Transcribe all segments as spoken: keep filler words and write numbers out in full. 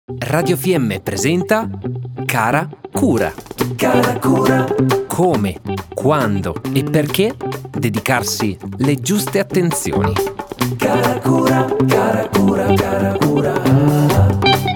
Radio F M presenta Cara Cura. Cara Cura. Come, quando e perché dedicarsi le giuste attenzioni. Cara Cura, cara Cura, cara Cura.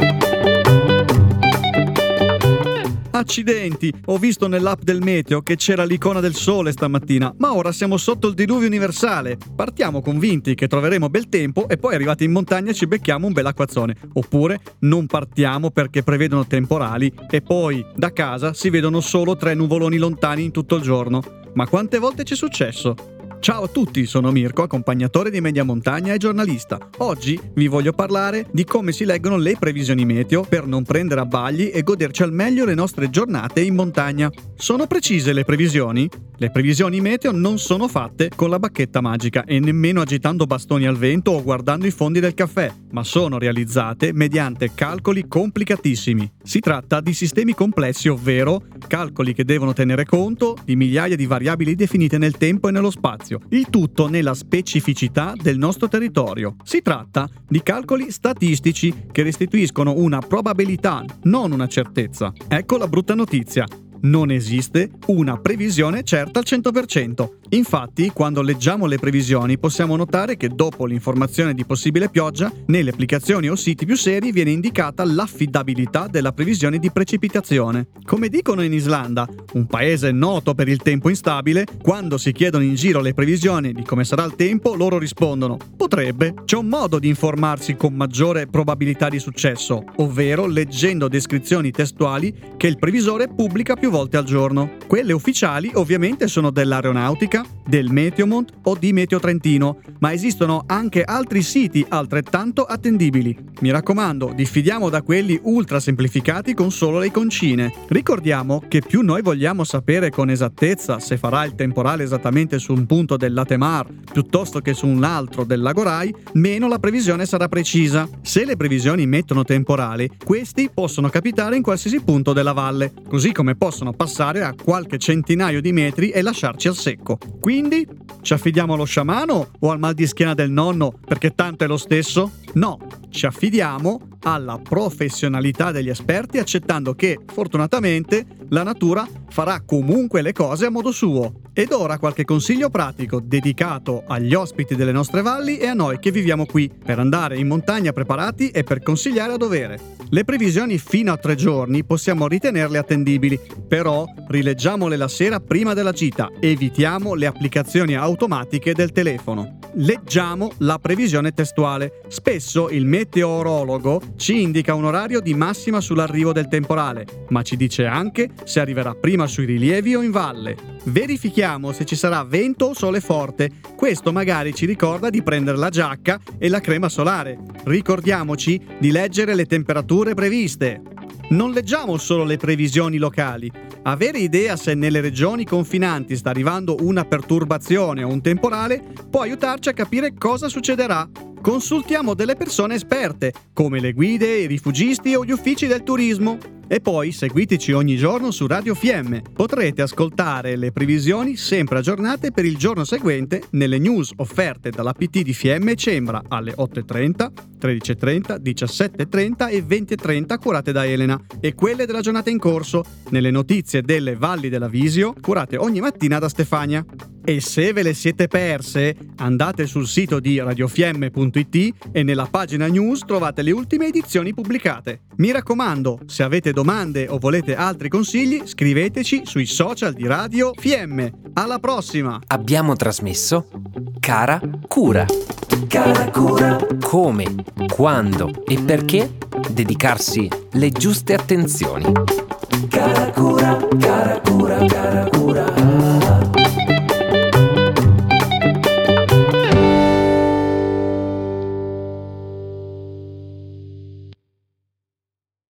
Accidenti, ho visto nell'app del meteo che c'era l'icona del sole stamattina, ma ora siamo sotto il diluvio universale. Partiamo convinti che troveremo bel tempo e poi arrivati in montagna ci becchiamo un bel acquazzone. Oppure non partiamo perché prevedono temporali e poi da casa si vedono solo tre nuvoloni lontani in tutto il giorno. Ma quante volte ci è successo? Ciao a tutti, sono Mirko, accompagnatore di Media Montagna e giornalista. Oggi vi voglio parlare di come si leggono le previsioni meteo per non prendere abbagli e goderci al meglio le nostre giornate in montagna. Sono precise le previsioni? Le previsioni meteo non sono fatte con la bacchetta magica e nemmeno agitando bastoni al vento o guardando i fondi del caffè, ma sono realizzate mediante calcoli complicatissimi. Si tratta di sistemi complessi, ovvero calcoli che devono tenere conto di migliaia di variabili definite nel tempo e nello spazio, il tutto nella specificità del nostro territorio. Si tratta di calcoli statistici che restituiscono una probabilità, non una certezza. Ecco la brutta notizia. Non esiste una previsione certa al cento per cento. Infatti, quando leggiamo le previsioni possiamo notare che dopo l'informazione di possibile pioggia, nelle applicazioni o siti più seri viene indicata l'affidabilità della previsione di precipitazione. Come dicono in Islanda, un paese noto per il tempo instabile, quando si chiedono in giro le previsioni di come sarà il tempo, loro rispondono: potrebbe. C'è un modo di informarsi con maggiore probabilità di successo, ovvero leggendo descrizioni testuali che il previsore pubblica più volte al giorno. Quelle ufficiali ovviamente sono dell'aeronautica, del Meteomont o di Meteo Trentino, ma esistono anche altri siti altrettanto attendibili. Mi raccomando, diffidiamo da quelli ultra semplificati con solo le iconcine. Ricordiamo che più noi vogliamo sapere con esattezza se farà il temporale esattamente su un punto del Latemar piuttosto che su un altro del Lago Rai, meno la previsione sarà precisa. Se le previsioni mettono temporali, questi possono capitare in qualsiasi punto della valle, così come possono passare a qualche centinaio di metri e lasciarci al secco. Quindi, ci affidiamo allo sciamano o al mal di schiena del nonno, perché tanto è lo stesso? No, ci affidiamo alla professionalità degli esperti, accettando che, fortunatamente, la natura farà comunque le cose a modo suo. Ed ora qualche consiglio pratico dedicato agli ospiti delle nostre valli e a noi che viviamo qui, per andare in montagna preparati e per consigliare a dovere. Le previsioni fino a tre giorni possiamo ritenerle attendibili, però rileggiamole la sera prima della gita, evitiamo le applicazioni automatiche del telefono. Leggiamo la previsione testuale. Spesso il meteorologo ci indica un orario di massima sull'arrivo del temporale, ma ci dice anche se arriverà prima sui rilievi o in valle. Verifichiamo se ci sarà vento o sole forte. Questo magari ci ricorda di prendere la giacca e la crema solare. Ricordiamoci di leggere le temperature previste. Non leggiamo solo le previsioni locali. Avere idea se nelle regioni confinanti sta arrivando una perturbazione o un temporale può aiutarci a capire cosa succederà. Consultiamo delle persone esperte, come le guide, i rifugisti o gli uffici del turismo. E poi seguiteci ogni giorno su Radio F M. Potrete ascoltare le previsioni sempre aggiornate per il giorno seguente nelle news offerte dalla P T di F M Cembra alle otto e trenta, tredici e trenta, diciassette e trenta e venti e trenta curate da Elena, e quelle della giornata in corso nelle notizie delle Valli della Visio curate ogni mattina da Stefania. E se ve le siete perse, andate sul sito di radiofm punto it e nella pagina news trovate le ultime edizioni pubblicate. Mi raccomando, se avete domande o volete altri consigli, scriveteci sui social di Radio F M. Alla prossima! Abbiamo trasmesso Cara Cura. Cara Cura. Come, quando e perché dedicarsi le giuste attenzioni. Cara Cura, cara Cura, cara Cura.